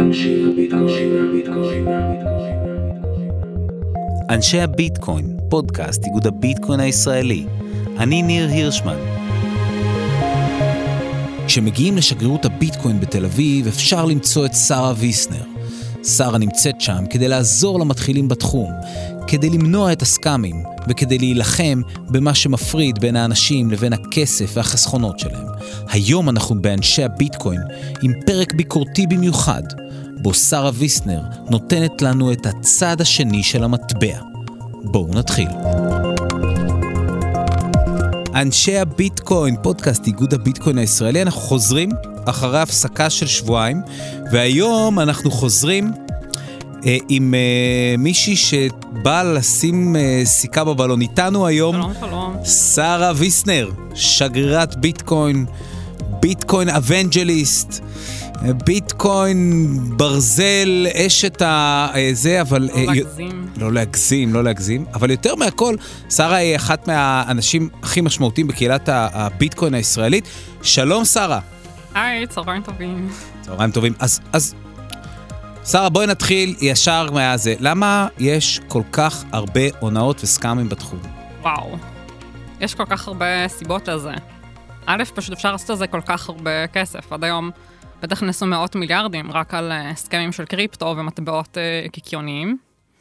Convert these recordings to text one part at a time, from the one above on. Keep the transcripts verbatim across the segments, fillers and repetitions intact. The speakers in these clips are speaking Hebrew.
אנשי הביטקוין, פודקאסט איגוד הביטקוין הישראלי. אני ניר הירשמן. כשמגיעים לשגרירות הביטקוין בתל אביב, אפשר למצוא את שרה ויסנר. שרה נמצאת שם כדי לעזור למתחילים בתחום, כדי למנוע את הסקאמים, וכדי להילחם במה שמפריד בין האנשים לבין הכסף והחסכונות שלהם. היום אנחנו באנשי הביטקוין עם פרק ביקורתי במיוחד, בו שרה ויסנר נותנת לנו את הצד השני של המטבע. בואו נתחיל. אנשי הביטקוין, פודקאסט איגוד הביטקוין הישראלי, אנחנו חוזרים אחרי הפסקה של שבועיים, והיום אנחנו חוזרים אה, עם אה, מישהי שבא לשים אה, סיכה בבלון. איתנו היום שלום, שלום. שרה ויסנר, שגרירת ביטקוין, ביטקוין אבנג'ליסט, ביטקוין ברזל, אשת הזה, אבל... לא להגזים. לא להגזים, לא להגזים. אבל יותר מהכל, שרה היא אחת מהאנשים הכי משמעותיים בקהילת הביטקוין הישראלית. שלום, שרה. היי, צהריים טובים. צהריים טובים. אז, אז, שרה, בואי נתחיל ישר מהזה. למה יש כל כך הרבה הונאות וסקאמים בתחום? וואו. יש כל כך הרבה סיבות לזה. א', פשוט אפשר לעשות לזה כל כך הרבה כסף. עד היום בטח נסו מאות מיליארדים רק על סקמים של קריפטו ומטבעות uh, קיקיוניים.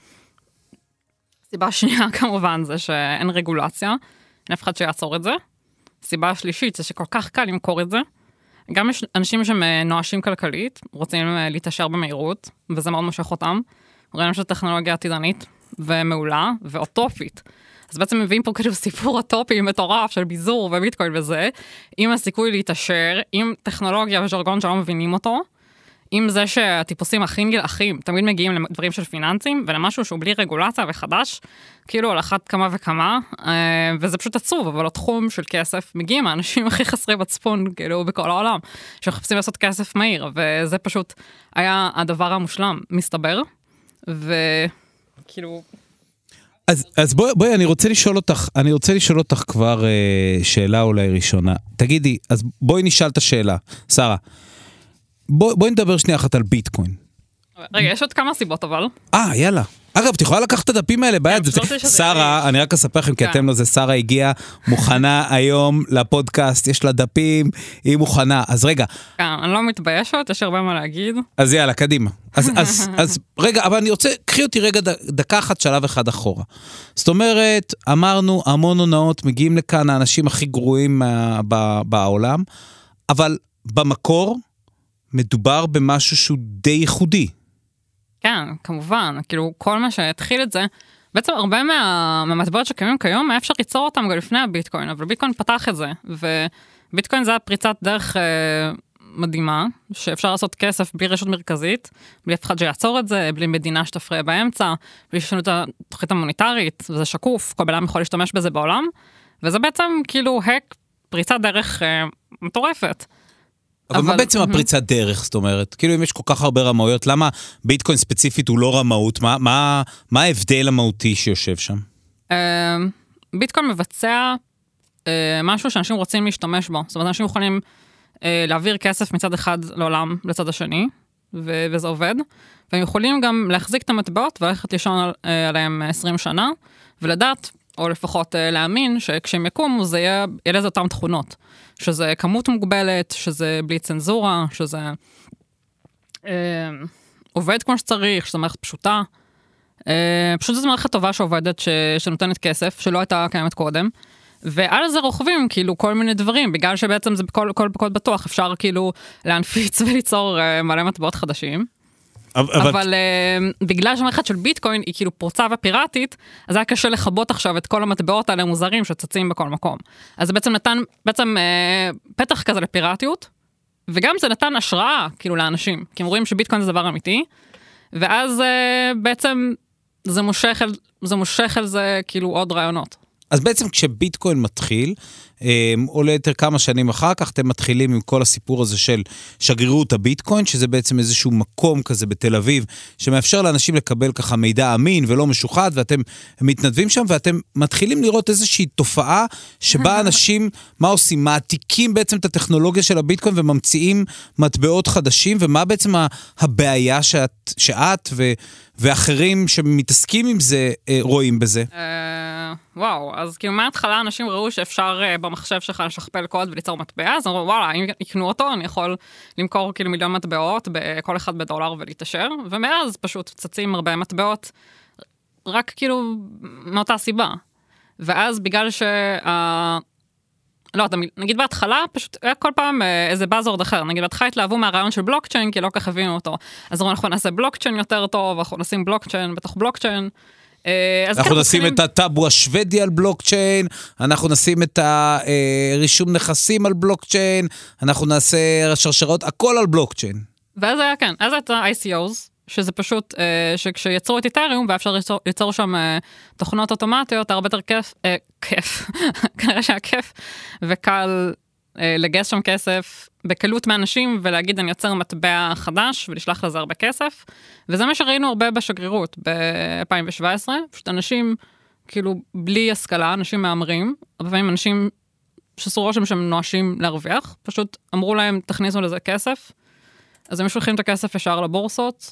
סיבה שנייה כמובן זה שאין רגולציה, אין אף אחד שיעצור את זה. סיבה שלישית זה שכל כך קל למכור את זה. גם יש אנשים שהם נואשים כלכלית, רוצים להתעשר במהירות, וזה מאוד מושך אותם. רואים שזו טכנולוגיה עתידנית ומעולה ואוטופית. אז בעצם מביאים פה כאילו סיפור אוטופי מטורף של ביזור וביטקוין וזה, עם הסיכוי להתעשר, עם טכנולוגיה וז'רגון שלא מבינים אותו, עם זה שהטיפוסים הכי אחים תמיד מגיעים לדברים של פיננסים, ולמשהו שהוא בלי רגולציה וחדש, כאילו על אחת כמה וכמה, וזה פשוט עצוב, אבל התחום של כסף מגיעים האנשים הכי חסרי מצפון, כאילו בכל העולם, שמחפשים לעשות כסף מהיר, וזה פשוט היה הדבר המושלם, מסתבר, וכאילו... אז, אז בואי, בואי, אני רוצה לשאול אותך, אני רוצה לשאול אותך כבר אה, שאלה אולי ראשונה. תגידי, אז בואי נשאל את השאלה, שרה. בואי, בואי נדבר שנייה אחת על ביטקוין. רגע, יש עוד כמה סיבות אבל. אה, יאללה. אגב, את יכולה לקחת את הדפים האלה ביד. שרה, אני רק אספר לכם, כי אתם לא זה, שרה הגיעה מוכנה היום לפודקאסט, יש לה דפים, היא מוכנה. אז רגע. אני לא מתביישת, יש הרבה מה להגיד. אז יאללה, קדימה. אז, אז, אז רגע, אבל אני רוצה, קחי אותי רגע דקה אחת, שלב אחד אחורה. זאת אומרת, אמרנו, המון הונאות מגיעים לכאן, האנשים הכי גרועים בעולם, אבל במקור מדובר במשהו שהוא די ייחודי. כן, כמובן, כאילו כל מה שהתחיל את זה, בעצם הרבה מה, מהמטבעות שקיימים כיום, היה אפשר ליצור אותם גם לפני הביטקוין, אבל ביטקוין פתח את זה, וביטקוין זה פריצת דרך אה, מדהימה, שאפשר לעשות כסף בלי רשות מרכזית, בלי אף אחד שיעצור את זה, בלי מדינה שתפריע באמצע, בלי שנו את התוכנית המוניטרית, וזה שקוף, כל בלם יכול להשתמש בזה בעולם, וזה בעצם כאילו הק פריצת דרך אה, מטורפת. אבל, אבל מה בעצם הפריצת דרך, זאת אומרת? כאילו אם יש כל כך הרבה רמאויות, למה ביטקוין ספציפית הוא לא רמאות? מה, מה, מה ההבדל המהותי שיושב שם? ביטקוין מבצע משהו שאנשים רוצים להשתמש בו. זאת אומרת, אנשים יכולים להעביר כסף מצד אחד לעולם לצד השני, וזה עובד. והם יכולים גם להחזיק את המטבעות וללכת לישון עליהם עשרים שנה, ולדעת, או לפחות להאמין, שכשהם יקומו זה יהיה, יהיה לזה אותם תכונות. שזה כמות מוגבלת, שזה בלי צנזורה, שזה אה, עובד כמו שצריך, שזה מערכת פשוטה. אה, פשוט זו מערכת טובה שעובדת, ש, שנותנת כסף, שלא הייתה קיימת קודם. ועל זה רוכבים, כאילו, כל מיני דברים, בגלל שבעצם זה בכל, כל בקוד בטוח, אפשר כאילו להנפיץ וליצור אה, מלא מטבעות חדשים. אבל, אבל uh, בגלל שהמערכת של ביטקוין היא כאילו פרוצה ופיראטית, אז היה קשה לחבות עכשיו את כל המטבעות האלה מוזרים שצצים בכל מקום. אז זה בעצם נתן בעצם uh, פתח כזה לפיראטיות, וגם זה נתן השראה כאילו לאנשים, כי הם רואים שביטקוין זה דבר אמיתי, ואז uh, בעצם זה מושך, זה מושך על זה כאילו עוד רעיונות. אז בעצם כשביטקוין מתחיל, עולה יותר כמה שנים אחר כך, אתם מתחילים עם כל הסיפור הזה של שגרירות הביטקוין, שזה בעצם איזשהו מקום כזה בתל אביב, שמאפשר לאנשים לקבל ככה מידע אמין ולא משוחד, ואתם מתנדבים שם, ואתם מתחילים לראות איזושהי תופעה, שבה אנשים, מה עושים? מעתיקים בעצם את הטכנולוגיה של הביטקוין, וממציאים מטבעות חדשים, ומה בעצם הבעיה שאת, שאת ו... ואחרים שמתעסקים עם זה רואים בזה? וואו, אז כאילו מההתחלה אנשים ראו שאפשר במחשב שלך לשכפל קוד וליצור מטבע, אז אמרו, וואלה, אם יקנו אותו, אני יכול למכור כאילו מיליון מטבעות, כל אחד בדולר ולהתאשר, ומאז פשוט צצים הרבה מטבעות, רק כאילו מאותה סיבה. ואז בגלל שה... לא, נגיד בהתחלה, פשוט היה כל פעם איזה באזורד אחר, נגיד בהתחלה התלהבו מהרעיון של בלוקצ'יין, כי לא כך הבינו אותו. אז אנחנו נעשה בלוקצ'יין יותר טוב, אנחנו נשים בלוקצ'יין בתוך בלוקצ'יין. אנחנו נשים את הטאבו השוודי על בלוקצ'יין, אנחנו נשים את הרישום נכסים על בלוקצ'יין, אנחנו נעשה שרשרות, הכל על בלוקצ'יין. ואז היה, כן, אז את ה-איי סי או's, שזה פשוט, שכשיצרו את איתריום, ואפשר ליצור שם תוכנות אוטומטיות, הרבה יותר כיף, כיף, כנראה שהיה כיף, וקל לגייס שם כסף בקלות מאנשים, ולהגיד אני יוצר מטבע חדש, ולשלח לזה הרבה כסף, וזה מה שראינו הרבה בשגרירות, ב-אלפיים שבע עשרה, פשוט אנשים, כאילו, בלי השכלה, אנשים מאמרים, הרבה פעמים אנשים שעשו רושם שהם נואשים להרוויח, פשוט אמרו להם, תכניסו לזה כסף, אז הם משלחים את הכסף ישר לבורסות,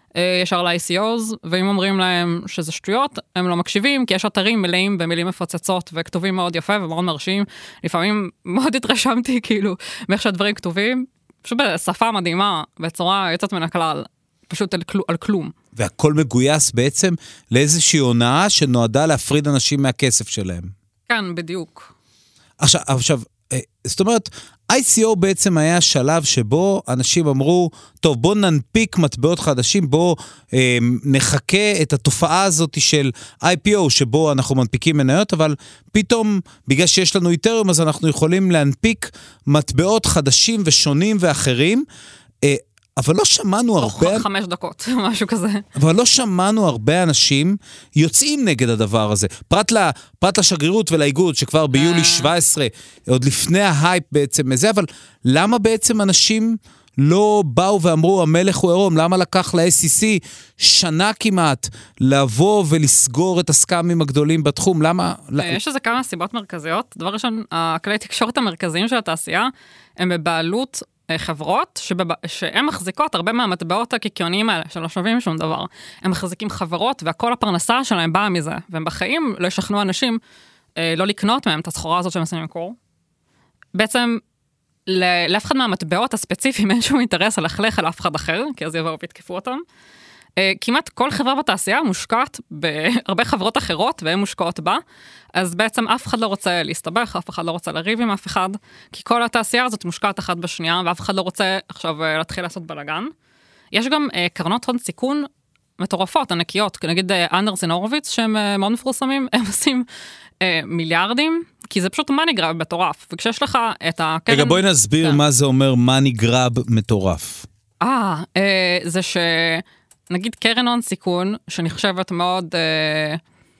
ישר ל-איי סי או's, ואם אומרים להם שזה שטויות, הם לא מקשיבים, כי יש אתרים מלאים במילים מפוצצות, וכתובים מאוד יפה ומאוד מרשים. לפעמים מאוד התרשמתי, כאילו, מאיך שהדברים כתובים, פשוט בשפה מדהימה, בצורה יוצאת מן הכלל, פשוט על, כל, על כלום. והכל מגויס בעצם לאיזושהי הונאה שנועדה להפריד אנשים מהכסף שלהם. כן, בדיוק. עכשיו, עכשיו, זאת אומרת, איי סי או בעצם היה שלב שבו אנשים אמרו, טוב, בוא ננפיק מטבעות חדשים, בוא אה, נחכה את התופעה הזאת של איי פי או, שבו אנחנו מנפיקים מניות, אבל פתאום, בגלל שיש לנו איתריום, אז אנחנו יכולים להנפיק מטבעות חדשים ושונים ואחרים, אה, אבל לא שמענו הרבה... תוך חמש דקות, משהו כזה. אבל לא שמענו הרבה אנשים יוצאים נגד הדבר הזה. פרט, לה, פרט לשגרירות ולאיגוד, שכבר ביולי שבע עשרה, עוד לפני ההייפ בעצם מזה, אבל למה בעצם אנשים לא באו ואמרו, המלך הוא עירום? למה לקח ל-אס סי סי שנה כמעט לבוא ולסגור את הסקאמים הגדולים בתחום? למה? יש איזה כמה סיבות מרכזיות. דבר ראשון, הכלי תקשורת המרכזיים של התעשייה, הם בבעלות חברות שהן מחזיקות הרבה מהמטבעות הקיקיוניים האלה, שלא שווים שום דבר. הם מחזיקים חברות, והכל הפרנסה שלהם באה מזה, והם בחיים לא ישכנעו אנשים לא לקנות מהם את הסחורה הזאת שהם עושים למכור. בעצם, לאף אחד מהמטבעות הספציפיים אין שום אינטרס ללכלך על אף אחד אחר, כי אז יבואו ויתקפו אותם. כמעט כל חברה בתעשייה מושקעת בהרבה חברות אחרות, והן מושקעות בה, אז בעצם אף אחד לא רוצה להסתבך, אף אחד לא רוצה לריב עם אף אחד, כי כל התעשייה הזאת מושקעת אחת בשנייה, ואף אחד לא רוצה עכשיו להתחיל לעשות בלגן. יש גם קרנות הון סיכון מטורפות, ענקיות, נגיד אנדרסן הורוביץ, שהם מאוד מפורסמים, הם עושים מיליארדים, כי זה פשוט money grab מטורף, וכשיש לך את הקרן... רגע, בואי נסביר מה זה אומר money grab מטורף. אה, זה ש... נגיד קרן הון סיכון, שנחשבת מאוד, אה,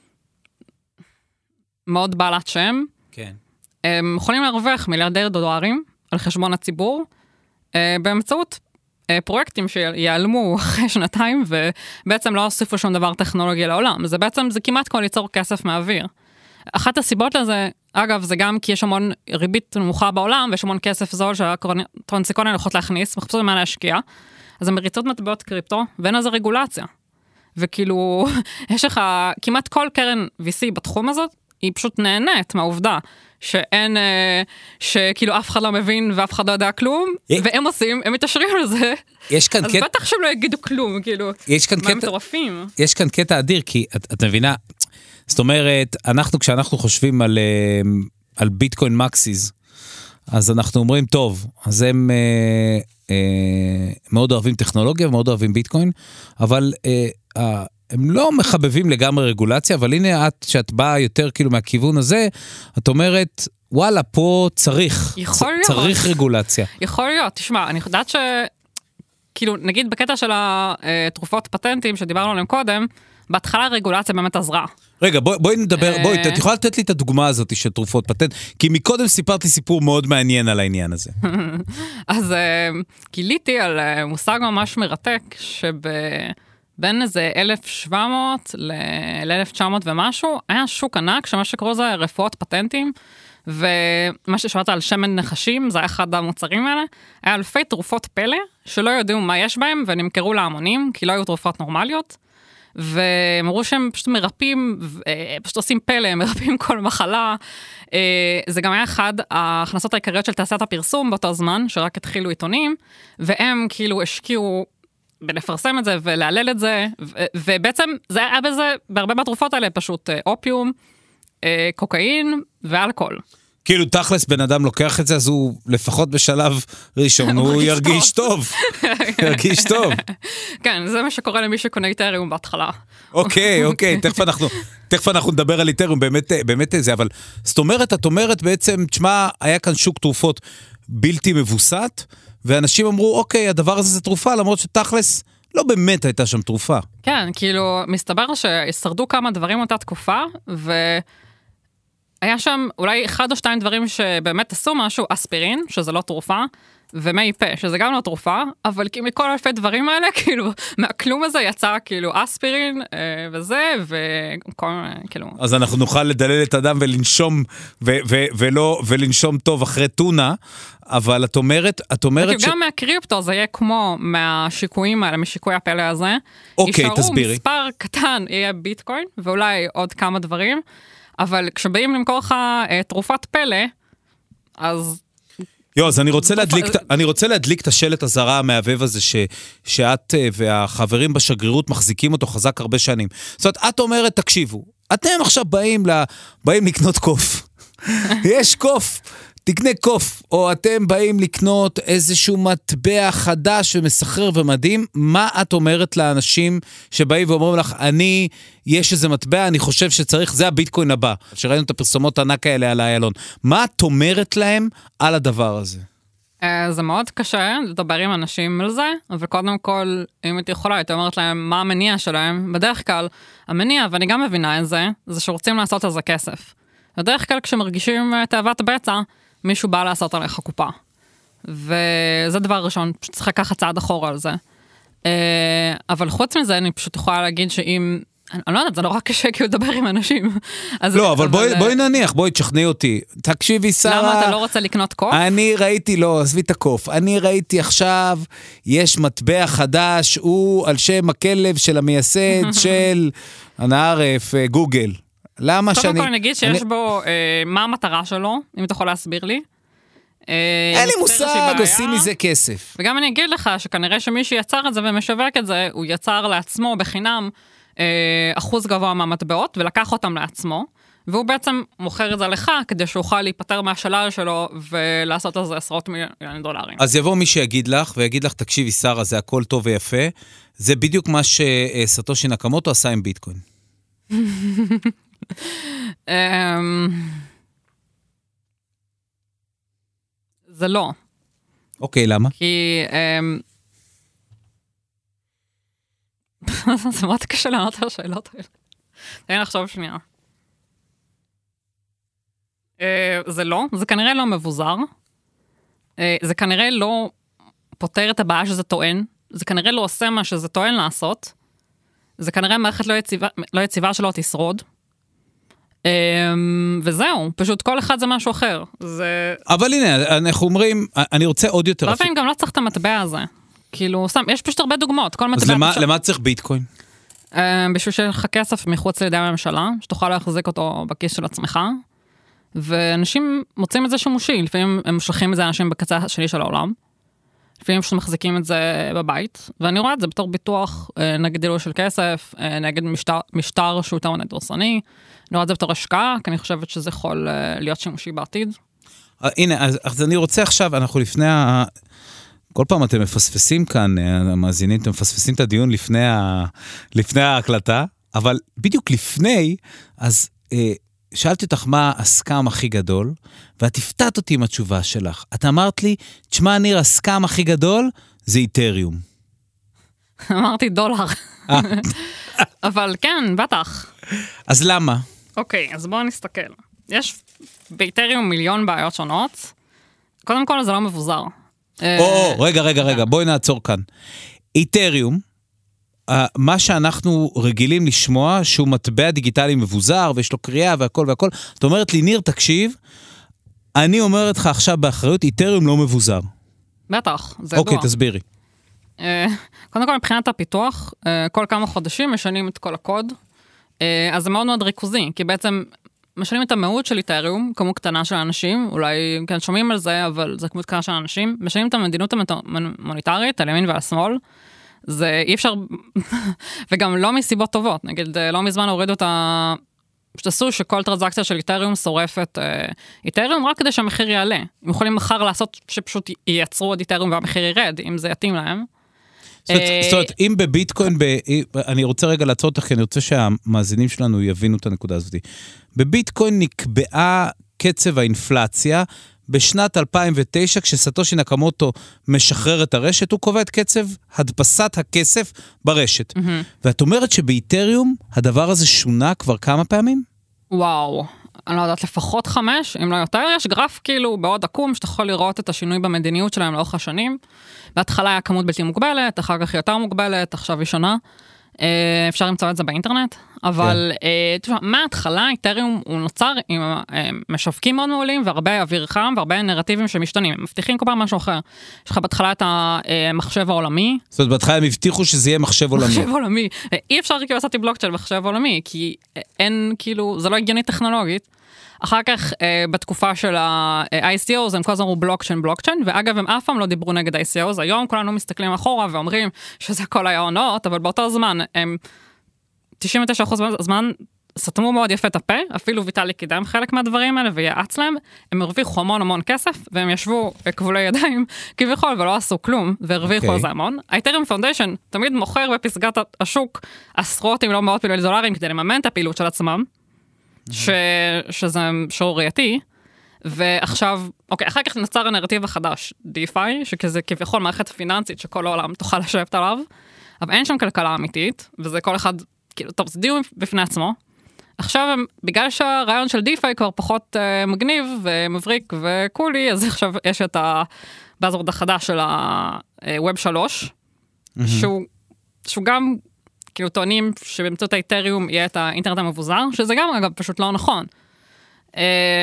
מאוד בעלת שם, כן. הם יכולים להרוויח מיליארדי דולרים על חשבון הציבור, אה, באמצעות אה, פרויקטים שיעלמו אחרי שנתיים, ובעצם לא הוסיפו שום דבר טכנולוגי לעולם. זה בעצם, זה כמעט כמו ליצור כסף מהאוויר. אחת הסיבות לזה, אגב, זה גם כי יש המון ריבית נמוכה בעולם, ויש המון כסף זול שהקרנות סיכון האלה יכולות להכניס, מחפשות מה להשקיע, אז הן מריצות מטבעות קריפטו, ואין על זה רגולציה. וכאילו, יש לך, כמעט כל קרן וי סי בתחום הזאת, היא פשוט נהנית מהעובדה, שאין, שכאילו אף אחד לא מבין, ואף אחד לא יודע כלום, והם עושים, הם מתאשרים לזה, אז בטח שהם לא יגידו כלום, כאילו, מה מטורפים. יש כאן קטע אדיר, כי את מבינה, זאת אומרת, אנחנו, כשאנחנו חושבים על, על ביטקוין מקסיס, אז אנחנו אומרים, טוב, אז הם מאוד אוהבים טכנולוגיה, ומאוד אוהבים ביטקוין, אבל הם לא מחבבים לגמרי רגולציה, אבל הנה את, שאת באה יותר כאילו מהכיוון הזה, את אומרת, וואלה, פה צריך, צריך רגולציה. יכול להיות, תשמע, אני יודעת ש... כאילו, נגיד בקטע של התרופות פטנטים שדיברנו עליהם קודם, בהתחלה הרגולציה באמת עזרה. רגע, בואי, בואי נדבר, בואי, את יכולה לתת לי את הדוגמה הזאת של תרופות פטנט, כי מקודם סיפרתי סיפור מאוד מעניין על העניין הזה. אז גיליתי על מושג ממש מרתק, שבין איזה אלף שבע מאות ל-אלף תשע מאות ומשהו, היה שוק ענק, שמה שקראו זה רפואות פטנטים, ומה ששמעת על שמן נחשים, זה היה אחד המוצרים האלה, היה אלפי תרופות פלא, שלא יודעים מה יש בהם, ונמכרו להמונים, כי לא היו תרופות נורמליות, והם אמרו שהם פשוט מרפאים, פשוט עושים פלא, מרפאים כל מחלה. זה גם היה אחד ההכנסות העיקריות של תעשיית הפרסום באותו זמן, שרק התחילו עיתונים, והם כאילו השקיעו בלפרסם את זה ולהלל את זה, ובעצם זה היה בזה, בהרבה מהתרופות האלה, פשוט אופיום, קוקאין ואלכוהול. כאילו תכלס בן אדם לוקח את זה, אז הוא לפחות בשלב ראשון, הוא ירגיש טוב. ירגיש טוב. כן, זה מה שקורה למי שקונה איתריום בהתחלה. אוקיי, אוקיי, תכף אנחנו, תכף אנחנו נדבר על איתריום, באמת, באמת זה, אבל זאת אומרת, את אומרת בעצם, תשמע, היה כאן שוק תרופות בלתי מבוסת, ואנשים אמרו, אוקיי, הדבר הזה זה תרופה, למרות שתכלס לא באמת הייתה שם תרופה. כן, כאילו, מסתבר שהשרדו כמה דברים אותה תקופה, ו... היה שם אולי אחד או שתיים דברים שבאמת עשו משהו, אספירין, שזה לא תרופה, ומי פה, שזה גם לא תרופה, אבל מכל אלפי דברים האלה, כאילו, מהכלום הזה יצא כאילו אספירין וזה, וכל, כאילו... אז אנחנו נוכל לדלל את הדם ולנשום, ו- ו- ולא, ולנשום טוב אחרי טונה, אבל את אומרת, את אומרת ש... גם מהקריפטו זה יהיה כמו מהשיקויים האלה, משיקוי הפלא הזה. אוקיי, תסבירי. ישארו מספר קטן, יהיה ביטקוין, ואולי עוד כמה דברים, אבל כשבאים למכור לך אה, תרופת פלא, אז... יו, אז אני רוצה, להדליק, אני רוצה להדליק את השלט הזרה המעבב הזה, ש, שאת והחברים בשגרירות מחזיקים אותו חזק הרבה שנים. זאת אומרת, את אומרת, תקשיבו, אתם עכשיו באים, לה, באים לקנות קוף. יש קוף, תקנה קוף, או אתם באים לקנות איזשהו מטבע חדש ומסחרר ומדהים, מה את אומרת לאנשים שבאים ואומרים לך, אני, יש איזה מטבע, אני חושב שצריך, זה הביטקוין הבא, שראינו את הפרסומות הענק האלה על האיילון. מה את אומרת להם על הדבר הזה? זה מאוד קשה לדבר עם אנשים על זה, אבל קודם כל, אם את יכולה, הייתי אומרת להם מה המניע שלהם. בדרך כלל, המניע, ואני גם מבינה את זה, זה שרוצים לעשות על זה כסף. בדרך כלל, כשמרגישים תאוות בצע, מישהו בא לעשות עליך קופה. וזה דבר ראשון, פשוט צריך לקחת צעד אחורה על זה. אבל חוץ מזה, אני פשוט יכולה להגיד שאם... אני לא יודעת, זה נורא קשה כאילו לדבר עם אנשים. לא, אבל בואי נניח, בואי תשכנעי אותי. תקשיבי, שרה... למה אתה לא רוצה לקנות קוף? אני ראיתי, לא, עזבי את הקוף. אני ראיתי עכשיו, יש מטבע חדש, הוא על שם הכלב של המייסד של הנערף, גוגל. למה שאני... קודם כל נגיד שיש בו, מה המטרה שלו, אם אתה יכול להסביר לי? אין לי מושג, עושים מזה כסף. וגם אני אגיד לך שכנראה שמי שיצר את זה ומשווק את זה, הוא יצר לעצמו בחינם אחוז גבוה מהמטבעות, ולקח אותם לעצמו, והוא בעצם מוכר את זה לך, כדי שהוא יוכל להיפטר מהשלל שלו, ולעשות על זה עשרות מיליון דולרים. אז יבוא מי שיגיד לך, ויגיד לך, תקשיבי שרה, זה הכל טוב ויפה, זה בדיוק מה שסטושי נקמוטו עשה עם ביטקוין. זה לא. אוקיי, למה? כי... זה מאוד קשה לענות על השאלות האלה. תן לי לחשוב שנייה. זה לא, זה כנראה לא מבוזר. זה כנראה לא פותר את הבעיה שזה טוען. זה כנראה לא עושה מה שזה טוען לעשות. זה כנראה מערכת לא יציבה, לא יציבה שלא תשרוד. וזהו, פשוט כל אחד זה משהו אחר. זה... אבל הנה, אנחנו אומרים, אני רוצה עוד יותר... לפעמים גם לא צריך את המטבע הזה. כאילו, סתם, יש פשוט הרבה דוגמאות. אז למה, למה צריך ביטקוין? בשביל שלך כסף מחוץ לידי הממשלה, שתוכל להחזיק אותו בכיס של עצמך, ואנשים מוצאים את זה שימושי, לפעמים הם משלחים את זה אנשים בקצה השני של העולם, לפעמים פשוט מחזיקים את זה בבית, ואני רואה את זה בתור ביטוח נגד דילול של כסף, נגד משטר, משטר שהוא יותר מדי דורסני, אני רואה את זה בתור השקעה, כי אני חושבת שזה יכול להיות שימושי בעתיד. הנה, אז, אז אני רוצה עכשיו, אנחנו לפני ה... כל פעם אתם מפספסים כאן, המאזינים, אתם מפספסים את הדיון לפני, ה... לפני ההקלטה, אבל בדיוק לפני, אז אה, שאלתי אותך מה הסקאם הכי גדול, ואת הפתעת אותי עם התשובה שלך. את אמרת לי, תשמע ניר, הסקאם הכי גדול זה איתריום. אמרתי דולר. אבל כן, בטח. אז למה? אוקיי, אז בואו נסתכל. יש באיתריום מיליון בעיות שונות. קודם כל, זה לא מבוזר. או, רגע, רגע, רגע, בואי נעצור כאן. איתריום, מה שאנחנו רגילים לשמוע, שהוא מטבע דיגיטלי מבוזר, ויש לו קריאה והכל והכל, זאת אומרת לי, ניר, תקשיב, אני אומרת לך עכשיו באחריות, איתריום לא מבוזר. בטח, זה ידוע. אוקיי, תסבירי. קודם כל, מבחינת הפיתוח, כל כמה חודשים משנים את כל הקוד, אז זה מאוד מאוד ריכוזי, כי בעצם משנים את המהות של איתריום, כמות קטנה של אנשים, אולי כן שומעים על זה, אבל זה כמות קטנה של אנשים, משנים את המדינות המוניטרית, על ימין ועל שמאל, זה אי אפשר, וגם לא מסיבות טובות, נגיד, לא מזמן הורידו את ה... שתעשו שכל טרנזקציה של איתריום שורפת איתריום, רק כדי שהמחיר יעלה. הם יכולים מחר לעשות שפשוט ייצרו עוד איתריום והמחיר ירד, אם זה יתאים להם. זאת אומרת, אם בביטקוין, אני רוצה רגע לעצור אותך, כי אני רוצה שהמאזינים שלנו יבינו את הנקודה הזאת. בביטקוין נקבעה קצב האינפלציה, בשנת אלפיים ותשע, כשסטושי נקמוטו משחרר את הרשת, הוא קובע את קצב הדפסת הכסף ברשת. Mm-hmm. ואת אומרת שבאיתריום הדבר הזה שונה כבר כמה פעמים? וואו, אני לא יודעת, לפחות חמש, אם לא יותר, יש גרף כאילו בעוד עקום, שאתה יכול לראות את השינוי במדיניות שלהם לאורך השנים. בהתחלה היה כמות בלתי מוגבלת, אחר כך יותר מוגבלת, עכשיו היא שונה. אפשר למצוא את זה באינטרנט, אבל תשמע, מההתחלה איתריום הוא נוצר עם משווקים מאוד מעולים, והרבה אוויר חם, והרבה נרטיבים שמשתנים. הם מבטיחים כל פעם משהו אחר. יש לך בהתחלה את המחשב העולמי. זאת אומרת, בהתחלה הם הבטיחו שזה יהיה מחשב עולמי. מחשב עולמי. אי אפשר כאילו לעשות בלוקצ'יין מחשב עולמי, כי אין, כאילו, זה לא הגיוני טכנולוגית. אחר כך, בתקופה של ה-איי סי או, הם כל הזמן אמרו בלוקצ'יין, בלוקצ'יין, ואגב, הם אף פעם לא דיברו נגד ה-איי סי או, היום כולנו מסתכלים אחורה ואומרים שזה כל היה עונות, אבל באותו זמן, הם תשעים ותשעה אחוז זמן סתמו מאוד יפה את הפה, אפילו ויטלי קידם חלק מהדברים האלה ויעץ להם, הם הרוויחו המון המון כסף, והם ישבו כבולי ידיים כביכול ולא עשו כלום, והרוויחו על זה המון. האיתריום פאונדיישן תמיד מוכר בפסגת השוק עשרות אם לא מאות מיליון דולרים כדי לממן את הפעילות של עצמם, ש... שזה שעורייתי, ועכשיו, אוקיי, אחר כך נוצר הנרטיב החדש, די-פיי, שכזה כביכול מערכת פיננסית שכל העולם תוכל לשבת עליו, אבל אין שם כלכלה אמיתית, וזה כל אחד, כאילו, טוב, זה דיון בפני עצמו. עכשיו, בגלל שהרעיון של די-פיי כבר פחות uh, מגניב ומבריק וקולי, אז עכשיו יש את הבאזוורד החדש של ה-Web שלוש, mm-hmm. שהוא, שהוא גם, כאילו, טוענים שבאמצעות האיתריום יהיה את האינטרנט המבוזר, שזה גם, אגב, פשוט לא נכון. Uh,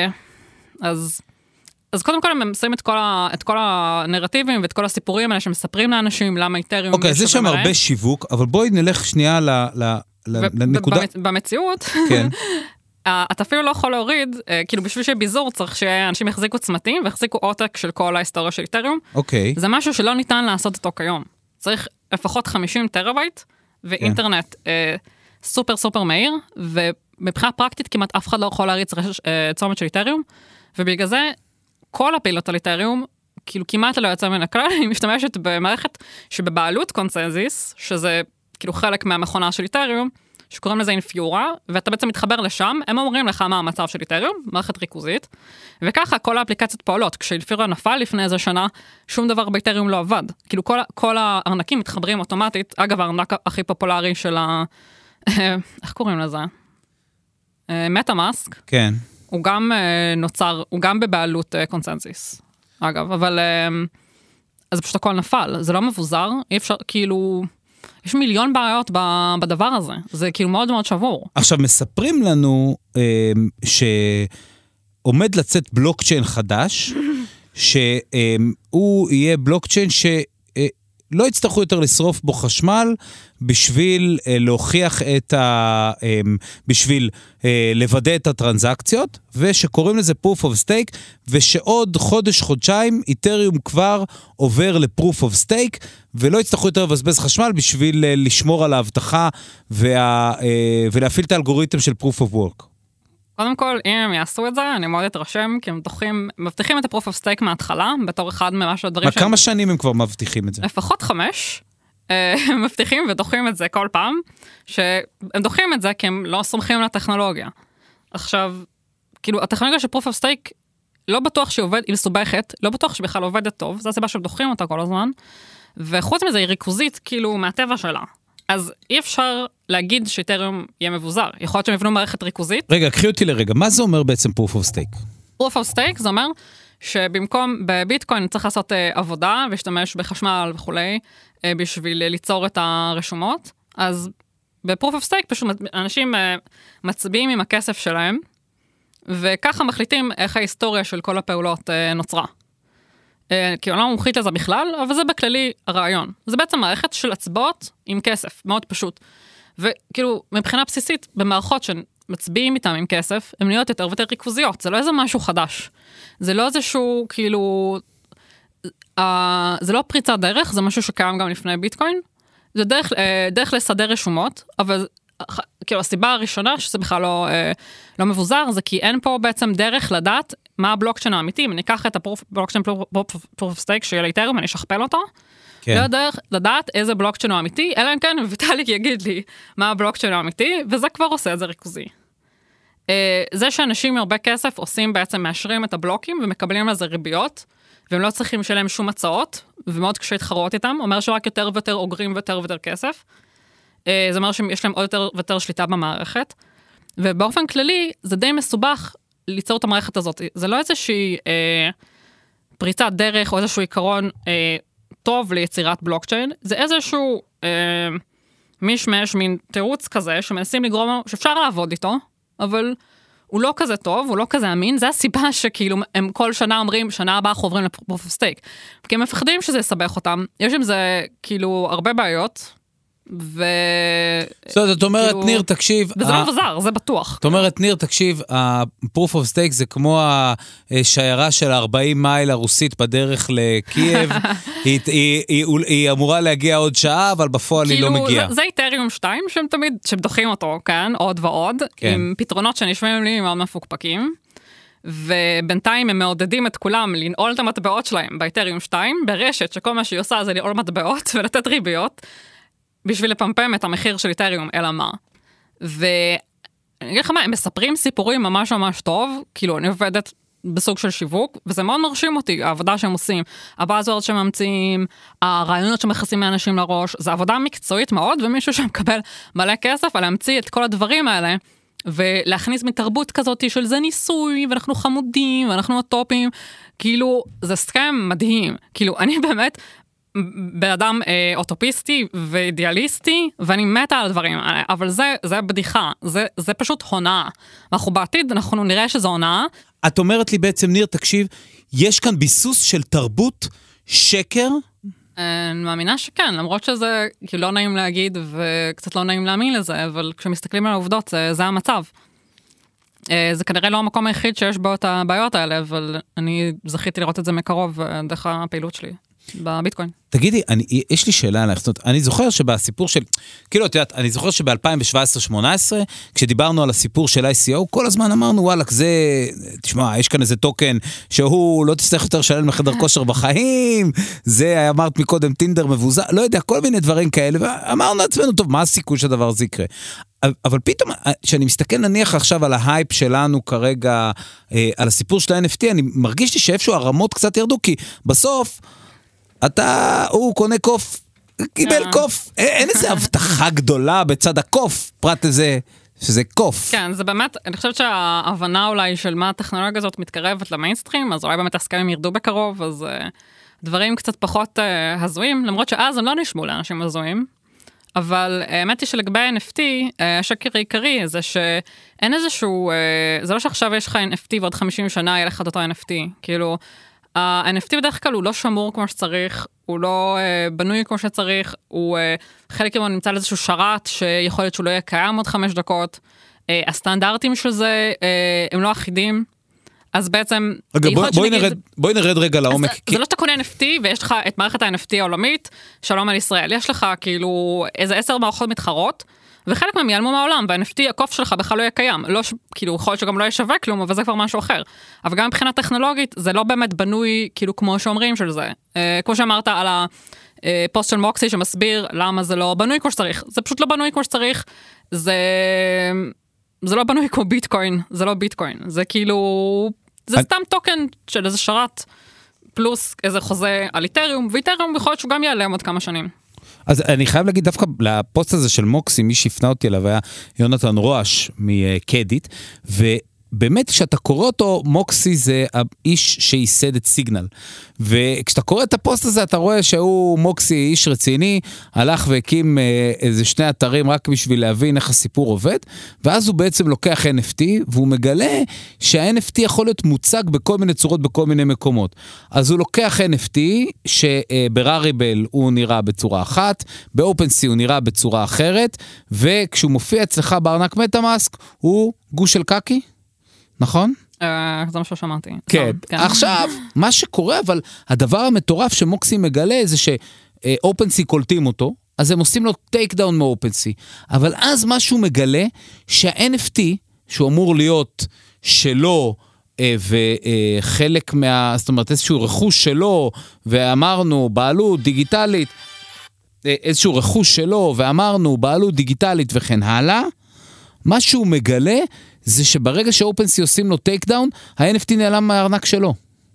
אז... אז קודם כל הם שמים את כל, ה, את כל הנרטיבים ואת כל הסיפורים האלה שמספרים לאנשים למה איתריום... אוקיי, אז יש שם הרבה שיווק, אבל בואי נלך שנייה ל, ל, לנקודה... במציאות, כן. אתה אפילו לא יכול להוריד, כאילו בשביל שביזור צריך שאנשים יחזיקו צמתים ויחזיקו עותק של כל ההיסטוריה של איתריום. אוקיי. זה משהו שלא ניתן לעשות אותו כיום. צריך לפחות חמישים טראבייט ואינטרנט אה, סופר סופר מהיר, ומבחינה פרקטית כמעט אף אחד לא יכול להריץ צומת של איתריום, ובגלל זה כל הפעילות על איתריום, כאילו כמעט לא יוצא מן הכלל, היא משתמשת במערכת שבבעלות קונצנזיס, שזה כאילו חלק מהמכונה של איתריום, שקוראים לזה אינפיורה, ואתה בעצם מתחבר לשם, הם אומרים לך מה המצב של איתריום, מערכת ריכוזית, וככה כל האפליקציות פועלות. כשאינפיורה נפל לפני איזה שנה, שום דבר באיתריום לא עבד. כאילו כל, כל הארנקים מתחברים אוטומטית, אגב, הארנק הכי פופולרי של ה... איך קוראים לזה? מטה-מאסק. כן. הוא גם נוצר, הוא גם בבעלות קונצנזיס, אגב, אבל אז פשוט הכל נפל, זה לא מבוזר, אי אפשר, כאילו, יש מיליון בעיות בדבר הזה, זה כאילו מאוד מאוד שבור. עכשיו, מספרים לנו שעומד לצאת בלוקצ'יין חדש, שהוא יהיה בלוקצ'יין ש... לא יצטרכו יותר לשרוף בו חשמל בשביל אה, להוכיח את ה... אה, בשביל אה, לוודא את הטרנזקציות, ושקוראים לזה proof of stake, ושעוד חודש, חודשיים, איתריום כבר עובר ל-proof of stake, ולא יצטרכו יותר לבזבז חשמל בשביל אה, לשמור על ההבטחה וה, אה, ולהפעיל את האלגוריתם של proof of work. קודם כל, אם הם יעשו את זה, אני מאוד אתרשם, כי הם דוחים, מבטיחים את ה-proof of stake מההתחלה, בתור אחד ממש הדברים ש... כמה שנים הם כבר מבטיחים את זה? לפחות חמש. הם מבטיחים ודוחים את זה כל פעם, שהם דוחים את זה כי הם לא סומכים על הטכנולוגיה. עכשיו, כאילו, הטכנולוגיה של proof of stake לא בטוח שהיא עובד, היא מסובכת, לא בטוח שבכלל עובדת טוב, זו הסיבה שהם דוחים אותה כל הזמן, וחוץ מזה היא ריכוזית, כאילו, מהטבע שלה. אז אי אפשר להגיד שאיתריום יהיה מבוזר. יכול להיות שהם יבנו מערכת ריכוזית. רגע, קחי אותי לרגע, מה זה אומר בעצם proof of stake? proof of stake זה אומר שבמקום בביטקוין צריך לעשות עבודה, ולהשתמש בחשמל וכולי, בשביל ליצור את הרשומות, אז ב-proof of stake פשוט אנשים מצביעים עם הכסף שלהם, וככה מחליטים איך ההיסטוריה של כל הפעולות נוצרה. כי אני לא מומחית לזה בכלל, אבל זה בכללי הרעיון. זה בעצם מערכת של הצבעות עם כסף, מאוד פשוט. וכאילו, מבחינה בסיסית, במערכות שמצביעים איתם עם כסף, הן נהיות יותר ויותר ריכוזיות. זה לא איזה משהו חדש. זה לא איזשהו, כאילו, אה, זה לא פריצת דרך, זה משהו שקיים גם לפני ביטקוין. זה דרך, אה, דרך לסדר רשומות, אבל כאילו, הסיבה הראשונה שזה בכלל לא, אה, לא מבוזר, זה כי אין פה בעצם דרך לדעת מה הבלוקצ'יין האמיתי. אם אני אקח את הבלוקצ'יין proof of stake של איתריום, אני אשכפל אותו, כן. לא דרך לדעת איזה בלוקצ'יין הוא אמיתי, אלא אם כן, ויטאליק יגיד לי מה הבלוקצ'יין האמיתי, וזה כבר עושה את זה ריכוזי. אה, זה שאנשים עם הרבה כסף עושים בעצם, מאשרים את הבלוקים, ומקבלים לזה ריביות, והם לא צריכים לשלם שום הצעות, ומאוד קשה להתחרות איתם, אומר שרק יותר ויותר אוגרים ויותר ויותר כסף. זה אומר שיש להם עוד יותר ויותר שליטה במערכת, ובאופן כללי זה די מסובך ליצור את המערכת הזאת. זה לא איזושהי אה, פריצת דרך או איזשהו עיקרון אה, טוב ליצירת בלוקצ'יין, זה איזשהו אה, מישמש, מין תירוץ כזה, שמנסים לגרום, שאפשר לעבוד איתו, אבל הוא לא כזה טוב, הוא לא כזה אמין, זה הסיבה שכאילו הם כל שנה אומרים, שנה הבאה אנחנו עוברים לפרוף אוף סטייק, כי הם מפחדים שזה יסבך אותם, יש עם זה כאילו הרבה בעיות, ו... זאת אומרת, ניר, תקשיב... וזה לא מבוזר, זה בטוח. זאת אומרת, ניר, תקשיב, ה-proof of stake זה כמו השיירה של ארבעים מייל הרוסית בדרך לקייב, היא אמורה להגיע עוד שעה, אבל בפועל היא לא מגיעה. זה איתריום שתיים, שהם תמיד, שהם דוחים אותו, כן, עוד ועוד, עם פתרונות שנשמעים לי מאוד מפוקפקים, ובינתיים הם מעודדים את כולם לנעול את המטבעות שלהם באיתריום שתיים, ברשת שכל מה שהיא עושה זה לנעול מטבעות ולתת ריביות, בשביל לפמפם את המחיר של איתריום, אלא מה. ואני אגיד לך מה, הם מספרים סיפורים ממש ממש טוב, כאילו אני עובדת בסוג של שיווק, וזה מאוד מרשים אותי, העבודה שהם עושים, הבאזוורד שהם ממציאים, הרעיונות שמכסים מאנשים לראש, זה עבודה מקצועית מאוד, ומישהו שמקבל מלא כסף על להמציא את כל הדברים האלה, ולהכניס מתרבות כזאת של זה ניסוי, ואנחנו חמודים, ואנחנו הטופים, כאילו זה סכם מדהים, כאילו אני באמת, באדם אה, אוטופיסטי ואידיאליסטי, ואני מתה על הדברים האלה, אבל זה, זה בדיחה, זה, זה פשוט הונאה. אנחנו בעתיד, אנחנו נראה שזו הונאה. את אומרת לי בעצם, ניר, תקשיב, יש כאן ביסוס של תרבות שקר? אני מאמינה שכן, למרות שזה כאילו לא נעים להגיד, וקצת לא נעים להאמין לזה, אבל כשמסתכלים על העובדות, זה, זה המצב. זה כנראה לא המקום היחיד שיש בו את הבעיות האלה, אבל אני זכיתי לראות את זה מקרוב דרך הפעילות שלי. בביטקוין. תגידי, אני, יש לי שאלה עליך, זאת אומרת, אני זוכר שבסיפור של, כאילו, את יודעת, אני זוכר שב-אלפיים שבע עשרה שמונה עשרה, כשדיברנו על הסיפור של איי סי או, כל הזמן אמרנו, וואלק, זה, תשמע, יש כאן איזה טוקן, שהוא לא תצטרך יותר לשלם לחדר כושר בחיים, זה, אמרת מקודם, טינדר מבוזר, לא יודע, כל מיני דברים כאלה, ואמרנו לעצמנו, טוב, מה הסיכוי שהדבר הזה יקרה? אבל פתאום, כשאני מסתכל נניח עכשיו על ההייפ שלנו כרגע, על הסיפור של ה-אן אף טי, אני מרגיש לי שאיפשהו הרמות קצת ירדו, כי בסוף, אתה, הוא קונה קוף, קיבל קוף, אין איזו הבטחה גדולה בצד הקוף, פרט לזה, שזה קוף. כן, זה באמת, אני חושבת שההבנה אולי של מה הטכנולוגיה הזאת מתקרבת למיינסטרים, אז אולי באמת הסכמים ירדו בקרוב, אז דברים קצת פחות הזויים, למרות שאז הם לא נשמעו לאנשים הזויים, אבל האמת היא שלגבי ה-אן אף טי, השקר העיקרי זה שאין איזשהו, זה לא שעכשיו יש לך אן אף טי ועוד חמישים שנה יהיה לך את אותו אן אף טי, כאילו, ה-אן אף טי בדרך כלל הוא לא שמור כמו שצריך, הוא לא uh, בנוי כמו שצריך, הוא uh, חלק ממנו נמצא לאיזשהו שרת שיכול להיות שהוא לא יהיה קיים עוד חמש דקות, uh, הסטנדרטים של זה uh, הם לא אחידים, אז בעצם... רגע, בואי בוא נרד, בוא נרד רגע לעומק. כי... זה לא שאתה קונה אן אף טי ויש לך את מערכת ה-אן אף טי העולמית, שלום על ישראל, יש לך כאילו איזה עשר מערכות מתחרות, וחלק מהם ייעלמו מהעולם, וה-אן אף טי, הקוף שלך בכלל לא יהיה קיים. לא, כאילו, יכול להיות שגם לא ישווה כלום, אבל זה כבר משהו אחר. אבל גם מבחינה טכנולוגית, זה לא באמת בנוי, כאילו, כמו שאומרים של זה. אה, כמו שאמרת על הפוסט של מוקסי, שמסביר למה זה לא בנוי כמו שצריך. זה פשוט לא בנוי כמו שצריך. זה, זה לא בנוי כמו ביטקוין. זה לא ביטקוין. זה כאילו, זה סתם טוקן של איזה שרת, פלוס איזה חוזה על איתריום, ואיתריום יכול להיות שהוא גם ייעלם עוד כמה שנים. אז אני חייב להגיד דווקא לפוסט הזה של מוקסי, מי שהפנה אותי אליו היה יונתן רועש מקדיט, ובאמת כשאתה קורא אותו, מוקסי זה האיש שייסד את סיגנל. וכשאתה קורא את הפוסט הזה, אתה רואה שהוא מוקסי איש רציני, הלך והקים איזה שני אתרים רק בשביל להבין איך הסיפור עובד, ואז הוא בעצם לוקח אן אף טי, והוא מגלה שה-אן אף טי יכול להיות מוצג בכל מיני צורות, בכל מיני מקומות. אז הוא לוקח אן אף טי, שבראריבל הוא נראה בצורה אחת, באופנסי הוא נראה בצורה אחרת, וכשהוא מופיע אצלך בארנק מטאמאסק, הוא גוש של קקי, נכון? זה מה ששמעתי. כן, עכשיו, מה שקורה, אבל הדבר המטורף שמוקסי מגלה זה שאופנסי קולטים אותו, אז הם עושים לו טייק דאון מאופנסי, אבל אז משהו מגלה שה-אן אף טי, שהוא אמור להיות שלו, וחלק מה, זאת אומרת, איזשהו רכוש שלו, ואמרנו, בעלות דיגיטלית, איזשהו רכוש שלו, ואמרנו, בעלות דיגיטלית וכן הלאה, מה שהוא מגלה, זה שברגע שאופנסי עושים לו טייק דאון, ה-אן אף טי נעלם מהארנק שלו.